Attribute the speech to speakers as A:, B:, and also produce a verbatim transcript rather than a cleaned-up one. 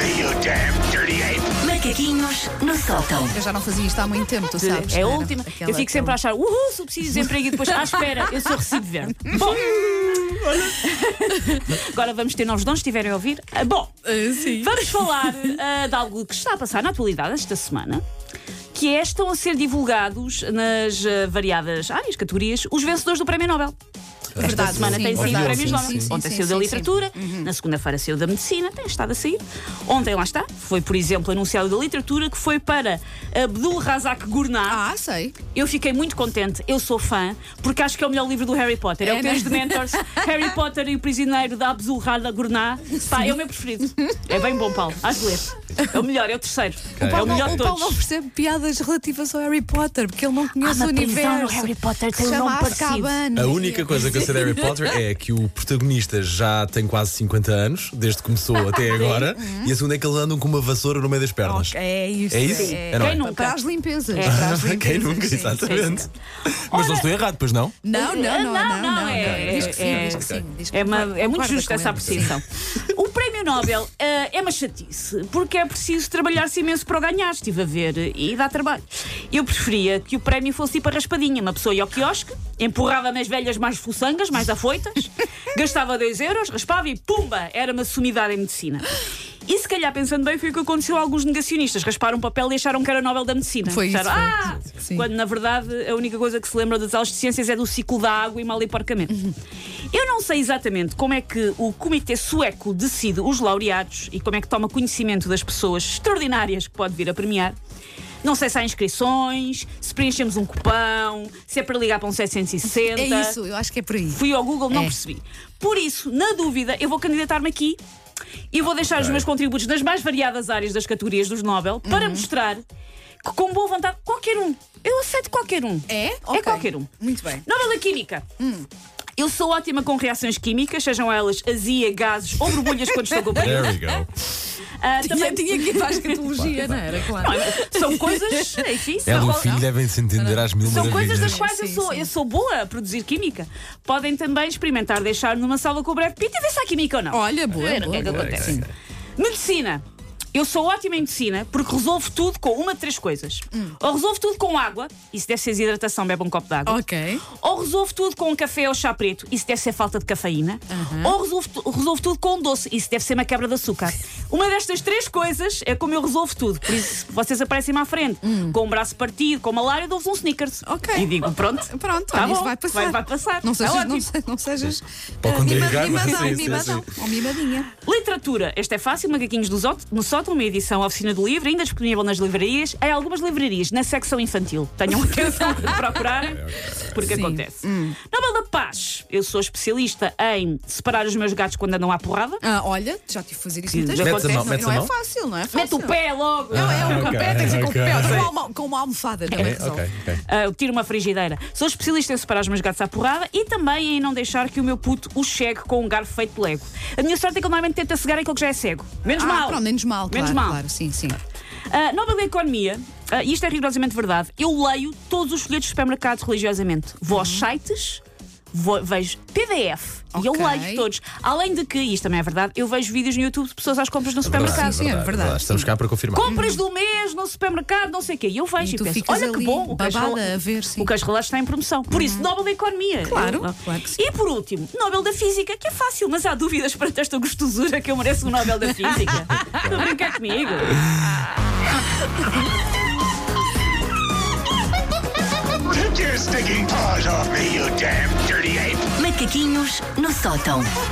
A: me, you damn dirty ape!
B: Macaquinhos no sótão.
C: Eu já não fazia isto há muito tempo, tu sabes.
D: É a
C: não era?
D: última.
C: Aquela-
D: eu fico sempre a achar, uhul, subsídio de desemprego e depois, ah, espera, eu sou recibo verde. Bom, agora vamos ter novos dons, se estiverem a ouvir. Ah, Bom,
C: Ah, sim.
D: vamos falar ah, de algo que está a passar na atualidade esta semana. Que é, estão a ser divulgados nas ah, variadas áreas, categorias, os vencedores do Prémio Nobel. Esta
C: Verdade,
D: semana
C: sim,
D: tem sido
C: verdade.
D: prémios
C: Sim,
D: Nobel.
C: sim, sim,
D: Ontem
C: sim,
D: saiu da
C: sim,
D: literatura, na segunda-feira saiu da medicina, tem estado a sair. Ontem, lá está, foi, por exemplo, anunciado da literatura que foi para Abdul Razak Gurnah.
C: Ah, sei.
D: Eu fiquei muito contente, eu sou fã, porque acho que é o melhor livro do Harry Potter. É,
C: É,
D: o Três
C: né?
D: Dementors, Harry Potter e o Prisioneiro da Abdul Razak Gurnah. Pá, é o meu preferido. É bem bom, Paulo. Hás de ler. É o melhor, é o terceiro.
C: O
D: É
C: Paulo,
D: o melhor
C: não,
D: de
C: o Paulo
D: todos.
C: não percebe piadas relativas ao Harry Potter porque ele não
D: Há
C: conhece
D: uma
C: o
D: prisão
C: universo.
D: no Harry Potter,
C: que
D: tem
C: se
D: um
C: chama
D: nome parecido.
C: Azkaban.
E: A única coisa que eu sei de Harry Potter é que o protagonista já tem quase cinquenta anos, desde que começou até agora, e a segunda é que eles andam com uma vassoura no meio das pernas.
C: Ok, é isso.
E: É isso? É, não é?
D: Quem nunca?
C: Para as limpezas.
D: É.
C: Para as limpezas.
E: Quem nunca,
C: sim.
E: exatamente. Mas não estou errado, pois não?
C: Não, não, não, não, não,
D: é,
C: Diz que sim,
D: é,
C: diz que sim. Diz que
D: É, uma-
C: concorda-
D: é muito
C: concorda
D: justa
C: com
D: essa
C: ele.
D: apreciação. O Prémio Nobel eh, é uma chatice, porque é preciso trabalhar-se imenso para o ganhar. Estive a ver e dá trabalho. Eu preferia que o prémio fosse tipo a raspadinha. Uma pessoa ia ao quiosque, empurrava nas velhas mais fuçangas, mais afoitas, gastava dois euros, raspava e pumba! Era uma sumidade em medicina. E se calhar, pensando bem, foi o que aconteceu a alguns negacionistas. Rasparam um papel e acharam que era Nobel da Medicina.
C: Foi isso,
D: Disseram,
C: foi.
D: ah!
C: Sim.
D: Quando, na verdade, a única coisa que se lembra das aulas de ciências é do ciclo da água e mal e porcamente. Eu não sei exatamente como é que o Comitê Sueco decide os laureados e como é que toma conhecimento das pessoas extraordinárias que pode vir a premiar. Não sei se há inscrições, se preenchemos um cupão, se é para ligar para um setecentos e sessenta.
C: É isso, eu acho que é por aí.
D: Fui ao Google, não
C: É.
D: percebi. Por isso, na dúvida, eu vou candidatar-me aqui e vou deixar os meus contributos nas mais variadas áreas das categorias dos Nobel para mostrar que, com boa vontade, qualquer um, eu aceito qualquer um.
C: É? Ok.
D: qualquer um.
C: Muito bem.
D: Nobel da Química. Eu sou ótima com reações químicas, sejam elas azia, gases ou borbulhas quando estou com
E: There
D: perigo.
E: we go.
D: Ah,
C: Tinha,
D: também
C: tinha que ir para a escatologia, não era? Claro.
D: são coisas. Enfim,
E: Ela e
D: são,
E: o filho devem-se entender às mil
D: são coisas das
E: maravilhas.
D: quais eu
C: Sim,
D: sou,
C: sim.
D: eu sou boa a produzir química. Podem também experimentar deixar numa sala com o Brad Pitt e ver se há química ou não.
C: Olha, boa,
D: Ver o que é que
C: boa, boa.
D: acontece.
C: Sim.
D: Medicina. Eu sou ótima em medicina porque resolvo tudo com uma de três coisas. Ou resolvo tudo com água, isso deve ser desidratação, bebe um copo de água.
C: Ok.
D: Ou resolvo tudo com um café ou chá preto, isso deve ser falta de cafeína. Ou resolvo, tu- resolvo tudo com um doce, isso deve ser uma quebra de açúcar. Uma destas três coisas é como eu resolvo tudo. Por isso, vocês aparecem-me à frente, com um braço partido, com malária, dou-vos um Snickers.
C: Ok.
D: E digo, pronto.
C: Pronto,
D: Tá
C: olha,
D: bom,
C: isso vai passar.
D: vai- vai passar.
C: Não
D: Tá
C: sejas,
D: ótimo.
C: não, se- não sejas
E: Pode
C: eh,
E: contrariar,
C: mima-
E: mas
C: mimadão,
E: sim, sim,
C: mimadão,
E: sim.
C: ou mimadinha.
D: Literatura. Este é fácil, Macaquinhos do Zót- no Sótão, uma edição Oficina do Livro, ainda disponível nas livrarias. Em algumas livrarias, na secção infantil. Tenham atenção de procurarem, porque
C: Sim.
D: acontece. Nobel da Paz. Eu sou especialista em separar os meus gatos quando andam à porrada.
C: Ah, olha, já tive que fazer isso muitas
D: Já
C: vezes.
E: Metes a mão,
C: Não,
E: metes
C: não
E: a
C: é
E: mão?
C: fácil, não é fácil.
D: Mete o pé logo.
C: Não, é o
E: Ok,
C: pé, tem que ser com o pé,
E: ok.
C: com uma, alma- com uma almofada também
E: É,
C: resolve.
E: ok, ok.
D: Uh, tiro uma frigideira. Sou especialista em separar os meus gatos à porrada e também em não deixar que o meu puto o chegue com um garfo feito de Lego. A minha sorte é que ele normalmente tenta cegar aquele que já é cego. Menos
C: Ah,
D: mal.
C: pronto, menos mal,
D: Menos
C: claro,
D: mal.
C: claro, sim, sim.
D: Uh, Nobel da Economia, uh, isto é rigorosamente verdade. Eu leio todos os folhetos de supermercados religiosamente. Vou aos sites, vou- vejo P D F e eu
C: Ok.
D: leio todos. Além de que, isto também é verdade, eu vejo vídeos no YouTube de pessoas às compras no
E: É verdade,
D: supermercado.
C: Sim, é verdade.
E: Estamos cá para confirmar.
D: Compras do mês no supermercado, não sei o quê. E eu vejo
C: E
D: e,
C: tu
D: penso,
C: ficas
D: olha que
C: ali,
D: bom, o queijo
C: babada
D: rela-
C: a ver, sim.
D: o queijo relado está em promoção. Por isso, Nobel da Economia.
C: Claro,
D: Eu-
C: claro que sim.
D: E por último, Nobel da Física, que é fácil, mas há dúvidas perante esta gostosura que eu mereço um Nobel da Física. Estou a brincar comigo.
A: Take your stinking paws off me, you damn dirty ape!
B: Macaquinhos no sótão.